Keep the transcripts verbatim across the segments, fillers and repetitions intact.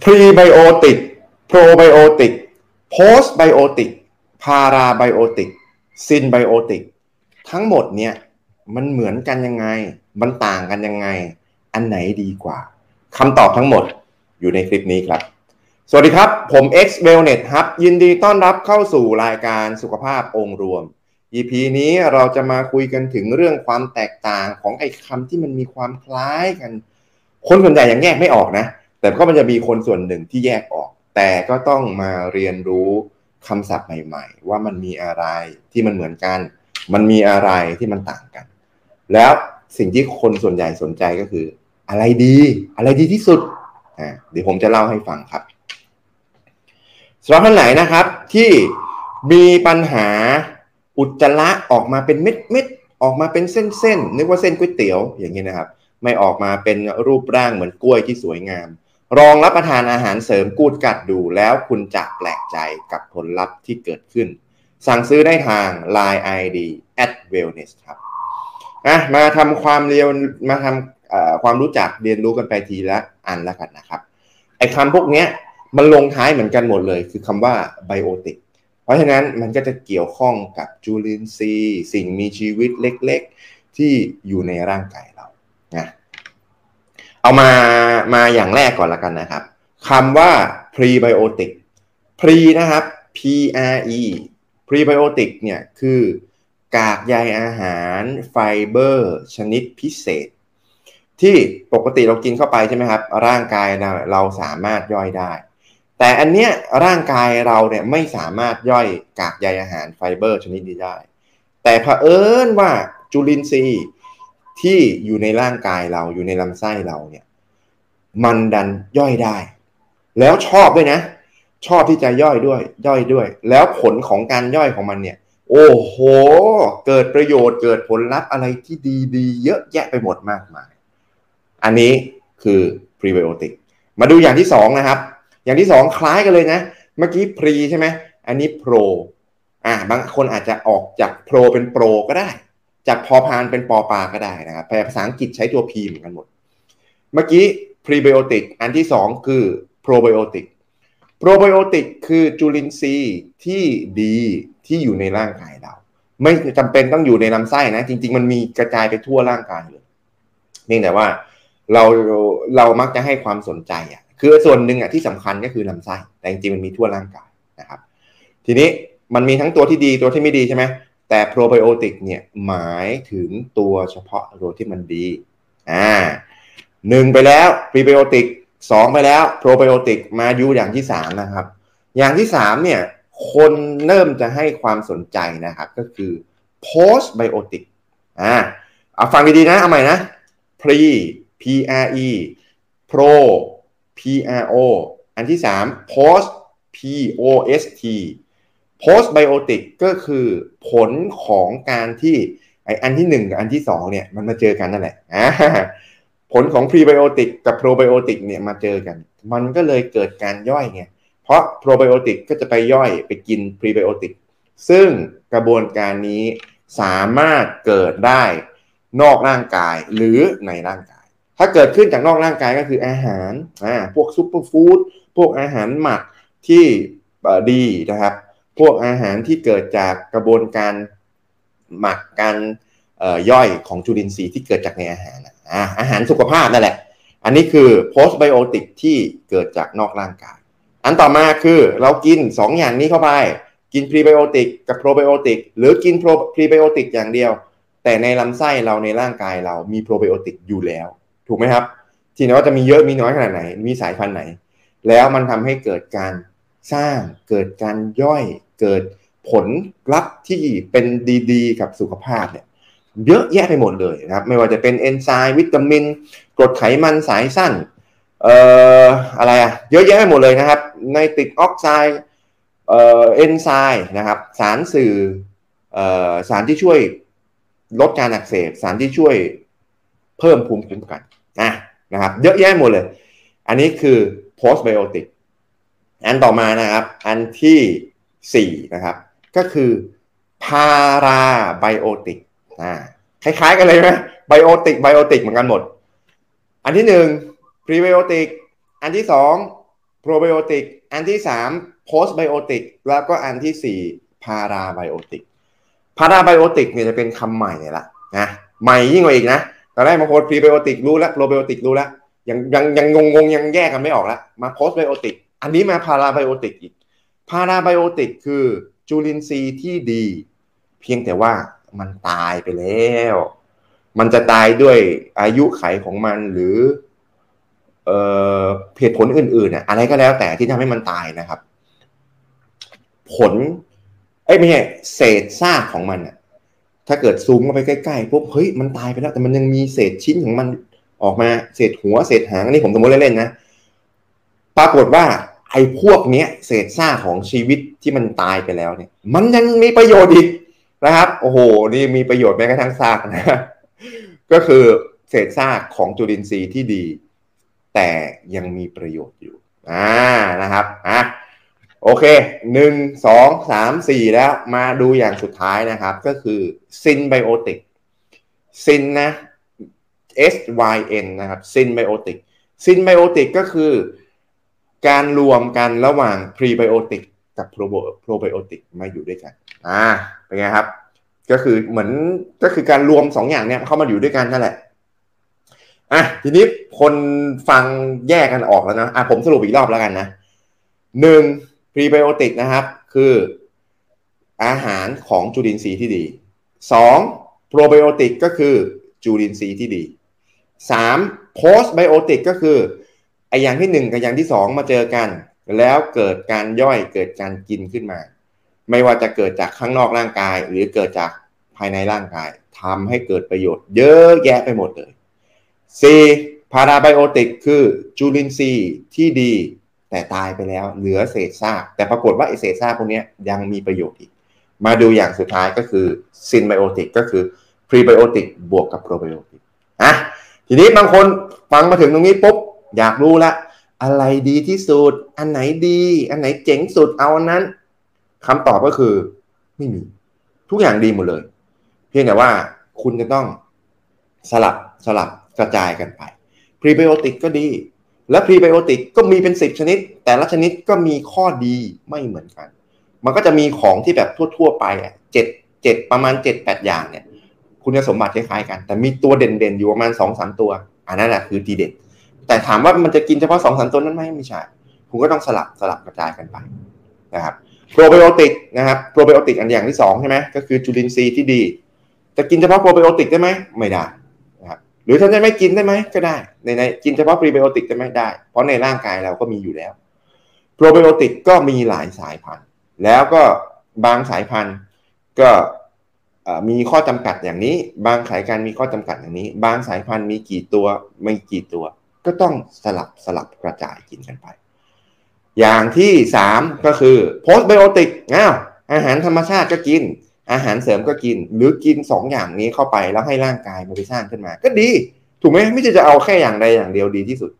Prebiotic Probiotic Postbiotic Parabiotic Synbiotic ทั้งหมดเนี่ยมันเหมือนกันยังไงมันต่างกันยังไงอันไหนดีกว่าคำตอบทั้งหมดอยู่ในคลิปนี้ครับสวัสดีครับผม X Wellness Hub ยินดีต้อนรับเข้าสู่รายการสุขภาพองค์รวม อี พี นี้เราจะมาคุยกันถึงเรื่องความแตกต่างของไอ้คำที่มันมีความคล้ายกันคนส่วนใหญ่ยังแยกไม่ออกนะแต่ก็มันจะมีคนส่วนหนึ่งที่แยกออกแต่ก็ต้องมาเรียนรู้คำศัพท์ใหม่ๆว่ามันมีอะไรที่มันเหมือนกันมันมีอะไรที่มันต่างกันแล้วสิ่งที่คนส่วนใหญ่สนใจก็คืออะไรดีอะไรดีที่สุดอ่าเดี๋ยวผมจะเล่าให้ฟังครับสำหรับท่านไหนนะครับที่มีปัญหาอุจจาระออกมาเป็นเม็ดๆออกมาเป็นเส้นๆนึกว่าเส้นก๋วยเตี๋ยวอย่างนี้นะครับไม่ออกมาเป็นรูปร่างเหมือนกล้วยที่สวยงามลองรับประทานอาหารเสริมกูดกัดดูแล้วคุณจะแปลกใจกับผลลัพธ์ที่เกิดขึ้นสั่งซื้อได้ทาง ไลน์ ไอ ดี แอท เวลเนส ครับอ่ะมาทำความเรียนมาทำความรู้จักเรียนรู้กันไปทีละอันแล้วกันนะครับไอ้คำพวกเนี้ยมันลงท้ายเหมือนกันหมดเลยคือคำว่าไบโอติกเพราะฉะนั้นมันก็จะเกี่ยวข้องกับจุลินทรีย์สิ่งมีชีวิตเล็กๆที่อยู่ในร่างกายเรานะเอามามาอย่างแรกก่อนละกันนะครับคำว่า prebiotic pre นะครับ P R E prebiotic เนี่ยคือกากใยอาหารไฟเบอร์ชนิดพิเศษที่ปกติเรากินเข้าไปใช่ไหมครับร่างกายเราสามารถย่อยได้แต่อันเนี้ยร่างกายเราเนี่ยไม่สามารถย่อยกากใยอาหารไฟเบอร์ชนิดนี้ได้แต่เผอิญว่าจุลินทรีย์ที่อยู่ในร่างกายเราอยู่ในลำไส้เราเนี่ยมันดันย่อยได้แล้วชอบด้วยนะชอบที่จะย่อยด้วยย่อยด้วยแล้วผลของการย่อยของมันเนี่ยโอ้โหเกิดประโยชน์เกิดผลลัพธ์อะไรที่ดีๆเยอะแยะไปหมดมากมายอันนี้คือ prebiotic มาดูอย่างที่สองนะครับอย่างที่สองคล้ายกันเลยนะเมื่อกี้ pre ใช่ไหมอันนี้ pro อ่าบางคนอาจจะออกจาก pro เป็น pro ก็ได้จากพอพานเป็นปอปาก็ได้นะครับแต่ภาษาอังกฤษใช้ตัว p เหมือนกันหมดเมื่อกี้ prebiotic อันที่สองคือ probiotic probiotic คือจุลินทรีย์ที่ดีที่อยู่ในร่างกายเราไม่จำเป็นต้องอยู่ในลำไส้นะจริงๆมันมีกระจายไปทั่วร่างกายเลยเพียงแต่ว่าเราเรามักจะให้ความสนใจอ่ะคือส่วนหนึ่งอ่ะที่สำคัญก็คือลำไส้แต่จริงๆมันมีทั่วร่างกายนะครับทีนี้มันมีทั้งตัวที่ดีตัวที่ไม่ดีใช่ไหมแต่โปรไบโอติกเนี่ยหมายถึงตัวเฉพาะตัวที่มันดีอ่าหนึ่งไปแล้วพรีไบโอติกสองไปแล้วโปรไบโอติกมาอยู่อย่างที่สามนะครับอย่างที่สามเนี่ยคนเริ่มจะให้ความสนใจนะครับก็คือ postbiotic อ่าเอาฟังดีๆนะเอาใหม่นะ pre P R E pro P R O อันที่สาม post P O S T postbiotic ก็คือผลของการที่ไออันที่หนึ่งกับอันที่สองเนี่ยมันมาเจอกันนั่นแหละผลของ prebiotic กับ probiotic เนี่ยมาเจอกันมันก็เลยเกิดการย่อยไงเพราะ probiotic ก็จะไปย่อยไปกิน prebiotic ซึ่งกระบวนการนี้สามารถเกิดได้นอกร่างกายหรือในร่างกายถ้าเกิดขึ้นจากนอกร่างกายก็คืออาหารอ่าพวกซุปเปอร์ฟู้ดพวกอาหารหมักที่ดีนะครับพวกอาหารที่เกิดจากกระบวนการหมักการย่อยของจุลินทรีย์ที่เกิดจากในอาหารอ่าอาหารสุขภาพนั่นแหละอันนี้คือ postbiotic ที่เกิดจากนอกร่างกายอันต่อมาคือเรากินสองอย่างนี้เข้าไปกิน prebiotic กับ probiotic หรือกิน prebiotic อย่างเดียวแต่ในลำไส้เราในร่างกายเรามี probiotic อยู่แล้วถูกไหมครับทีนี้ว่าจะมีเยอะมีน้อยขนาดไหนมีสายพันธุ์ไหนแล้วมันทำให้เกิดการสร้างเกิดการย่อยเกิดผลลัพธ์ที่เป็นดีๆกับสุขภาพเนี่ยเยอะแยะไปหมดเลยนะครับไม่ว่าจะเป็นเอนไซม์วิตามินกรดไขมันสายสั้นเอ่ออะไรอ่ะเยอะแยะไปหมดเลยนะครับไนตริกออกไซด์เอ่อเอนไซม์นะครับสารสื่อเอ่อสารที่ช่วยลดการอักเสบสารที่ช่วยเพิ่มภูมิคุ้มกันนะนะครับเยอะแยะหมดเลยอันนี้คือ postbiotic อันต่อมานะครับอันที่สี่นะครับก็คือ parabiotic อ่าคล้ายๆกันเลยไหม biotic biotic เหมือนกันหมดอันที่หนึ่ง prebiotic อันที่สอง probiotic อันที่สาม postbiotic แล้วก็อันที่สี่ parabiotic parabiotic เนี่ยจะเป็นคำใหม่เนี่ยละนะใหม่ยิ่งกว่าอีกนะตอนแรกมาโพส prebiotic รู้แล้ว probiotic รู้แล้วยังยังยังงงงยังแยกกันไม่ออกแล้วมา postbiotic อันนี้มา parabiotic อีก parabiotic คือจุลินทรีย์ที่ดีเพียงแต่ว่ามันตายไปแล้วมันจะตายด้วยอายุไขของมันหรือเอ่อเหตุผลอื่นๆน่ะอะไรก็แล้วแต่ที่ทำให้มันตายนะครับผลเอ้ยไม่ใช่เศษซากของมันน่ะถ้าเกิดซูมเข้าไปใกล้ๆปุ๊บเฮ้ยมันตายไปแล้วแต่มันยังมีเศษชิ้นของมันออกมาเศษหัวเศษหางอันนี้ผมสมมติเล่นๆนะปรากฏว่าไอ้พวกเนี้ยเศษซากของชีวิตที่มันตายไปแล้วเนี่ยมันยังมีประโยชน์อีกนะครับโอ้โหนี่มีประโยชน์แม้กระทั่งซากนะก็คือเศษซากของจุลินทรีย์ที่ดีแต่ยังมีประโยชน์อยู่อ่านะครับอ่ะโอเคหนึ่งสองสามสี่แล้วมาดูอย่างสุดท้ายนะครับก็คือซินไบโอติกซินนะ S Y N นะครับซินไบโอติกซินไบโอติกก็คือการรวมกันระหว่างพรีไบโอติกกับโปรโปรไบโอติกมาอยู่ด้วยกันอ่าเป็นไงครับก็คือเหมือนก็คือการรวมสองอย่างเนี้ยเข้ามาอยู่ด้วยกันนั่นแหละอ่ะทีนี้คนฟังแยกกันออกแล้วนะอ่ะผมสรุปอีกรอบแล้วกันนะหนึ่งพรีไบโอติกนะครับคืออาหารของจุลินทรีย์ที่ดีสองโปรไบโอติกก็คือจุลินทรีย์ที่ดีสามโพสไบโอติกก็คือไออย่างที่หนึ่งกับอย่างที่สองมาเจอกันแล้วเกิดการย่อยเกิดการกินขึ้นมาไม่ว่าจะเกิดจากข้างนอกร่างกายหรือเกิดจากภายในร่างกายทำให้เกิดประโยชน์เยอะแยะไปหมดเลยสี่พาราไบโอติกคือจุลินทรีย์ที่ดีแต่ตายไปแล้วเหลือเศษซากแต่ปรากฏว่าไอเศษซากพวกนี้ยังมีประโยชน์อีกมาดูอย่างสุดท้ายก็คือซินไบโอติกก็คือพรีไบโอติกบวกกับโปรไบโอติกอ่ะทีนี้บางคนฟังมาถึงตรงนี้ปุ๊บอยากรู้ละอะไรดีที่สุดอันไหนดีอันไหนเจ๋งสุดเอาอันนั้นคำตอบก็คือไม่มีทุกอย่างดีหมดเลยเพียงแต่ว่าคุณจะต้องสลับสลับกระจายกันไปพรีไบโอติกก็ดีและพรีไบโอติกก็มีเป็นสิบชนิดแต่ละชนิดก็มีข้อดีไม่เหมือนกันมันก็จะมีของที่แบบทั่วๆไปอ่ะเจ็ดเจ็ดประมาณเจ็ดแปดอย่างเนี่ยคุณสมบัติคล้ายๆกันแต่มีตัวเด่นๆอยู่ประมาณ สองสาม ตัวอันนั้นแหละคือทีเด็ดแต่ถามว่ามันจะกินเฉพาะ สองสาม ตัวนั้นไหมไม่ใช่คุณก็ต้องสลับสลับกระจายกันไปนะครับโปรไบโอติกนะครับโปรไบโอติกอันอย่างที่สองใช่ไหมก็คือจุลินทรีย์ที่ดีจะกินเฉพาะโปรไบโอติกได้ไหมไม่ได้นะครับหรือถ้าจะไม่กินได้ไหมก็ได้ในในกินเฉพาะพรีไบโอติกได้ไหมได้เพราะในร่างกายเราก็มีอยู่แล้วโปรไบโอติกก็มีหลายสายพันธุ์แล้วก็บางสายพันธุ์ก็มีข้อจำกัดอย่างนี้บางสายพันธุ์มีข้อจำกัดอย่างนี้บางสายพันธุ์มีกี่ตัวไม่กี่ตัวก็ต้องสลับสลับกระจายกินกันไปอย่างที่สามก็คือโพสไบโอติกอ้าวอาหารธรรมชาติก็กินอาหารเสริมก็กินหรือกินสองอย่างนี้เข้าไปแล้วให้ร่างกายมันไปสร้างขึ้นมาก็ดีถูกไหมไม่ใช่จะเอาแค่อย่างใดอย่างเดียวดีที่สุด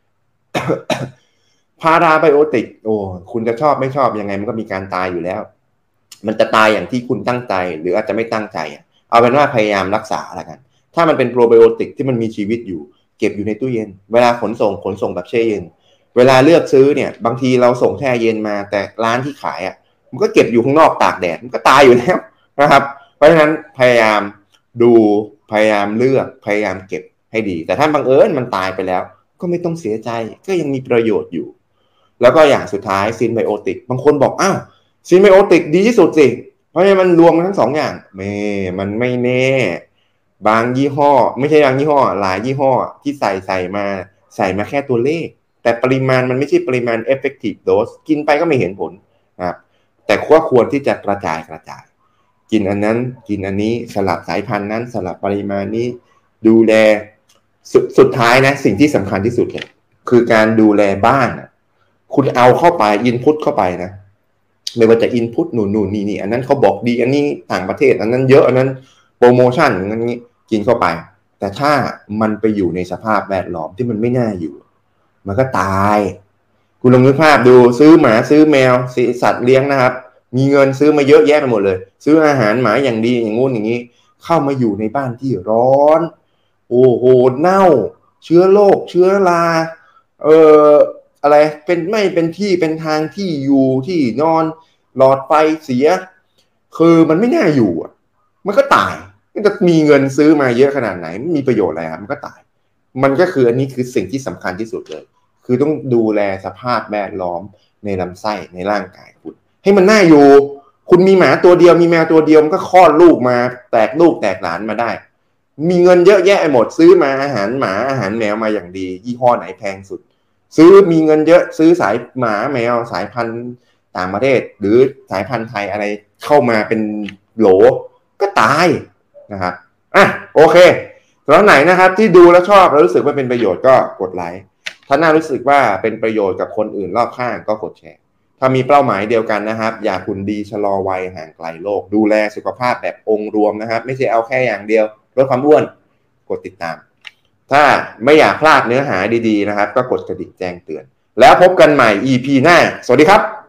พาราไบโอติกโอ้คุณจะชอบไม่ชอบยังไงมันก็มีการตายอยู่แล้วมันจะตายอย่างที่คุณตั้งใจหรืออาจจะไม่ตั้งใจเอาเป็นว่าพยายามรักษาละกันถ้ามันเป็นโปรไบโอติกที่มันมีชีวิตอยู่เก็บอยู่ในตู้เย็นเวลาขนส่งขนส่งแบบแช่เย็นเวลาเลือกซื้อเนี่ยบางทีเราส่งแช่เย็นมาแต่ร้านที่ขายอ่ะมันก็เก็บอยู่ข้างนอกตากแดดมันก็ตายอยู่แล้วนะครับเพราะฉะนั้นพยายามดูพยายามเลือกพยายามเก็บให้ดีแต่ถ้าบังเอิญมันตายไปแล้วก็ไม่ต้องเสียใจก็ยังมีประโยชน์อยู่แล้วก็อย่างสุดท้ายซินไบโอติกบางคนบอกอ้าวซินไบโอติกดีที่สุดสิเพราะมันรวมกันทั้งสองอย่างไม่มันไม่แน่บางยี่ห้อไม่ใช่บางยี่ห้อหลายยี่ห้อที่ใส่ใส่มาใส่มาแค่ตัวเลขแต่ปริมาณมันไม่ใช่ปริมาณ effective dose กินไปก็ไม่เห็นผลนะครับแต่ว่าควรที่จะกระจายกระจายกินอันนั้นกินอันนี้สลับสายพันธุ์นั้นสลับปริมาณนี้ดูแลสสุดท้ายนะสิ่งที่สำคัญที่สุดเลยคือการดูแลบ้านคุณเอาเข้าไปอินพุตเข้าไปนะไม่ว่าจะอินพุตหนูนๆนี่นี่อันนั้นเขาบอกดีอันนี้ต่างประเทศอันนั้นเยอะอันนั้นโปรโมชั่นอย่างนี้กินเข้าไปแต่ถ้ามันไปอยู่ในสภาพแวดล้อมที่มันไม่น่าอยู่มันก็ตายคุณลองนึกภาพดูซื้อหมาซื้อแมวสัตว์เลี้ยงนะครับมีเงินซื้อมาเยอะแยะไปหมดเลยซื้ออาหารหมาอย่างดีอย่างงู้นอย่างนี้เข้ามาอยู่ในบ้านที่ร้อนโอ้โหเน่าเชื้อโรคเชื้อราเอ่ออะไรเป็นไม่เป็นที่เป็นทางที่อยู่ที่นอนหลอดไฟเสียคือมันไม่น่าอยู่อ่ะมันก็ตายมันจะมีเงินซื้อมาเยอะขนาดไหนมันมีประโยชน์อะไรครับมันก็ตายมันก็คืออันนี้คือสิ่งที่สำคัญที่สุดเลยคือต้องดูแลสภาพแวดล้อมในลำไส้ในร่างกายคุณให้มันน่าอยู่คุณมีหมาตัวเดียวมีแมวตัวเดียวมันก็คลอดลูกมาแตกลูกแตกหลานมาได้มีเงินเยอะแยะหมดซื้อมาอาหารหมาอาหารแมวมาอย่างดียี่ห้อไหนแพงสุดซื้อมีเงินเยอะซื้อสายหมาแมวสายพันธุ์ต่างประเทศหรือสายพันธุ์ไทยอะไรเข้ามาเป็นโหลก็ตายนะครับอ่ะโอเคแล้วไหนนะครับที่ดูแล้วชอบแล้วรู้สึกว่าเป็นประโยชน์ก็กดไลค์ถ้าน่ารู้สึกว่าเป็นประโยชน์กับคนอื่นรอบข้างก็กดแชร์ถ้ามีเป้าหมายเดียวกันนะครับอยากหุ่นดีชะลอวัยห่างไกลโรคดูแลสุขภาพแบบองค์รวมนะครับไม่ใช่เอาแค่อย่างเดียวลดความอ้วนกดติดตามถ้าไม่อยากพลาดเนื้อหาดีๆนะครับก็กดกระดิ่งแจ้งเตือนแล้วพบกันใหม่ อี พี หน้าสวัสดีครับ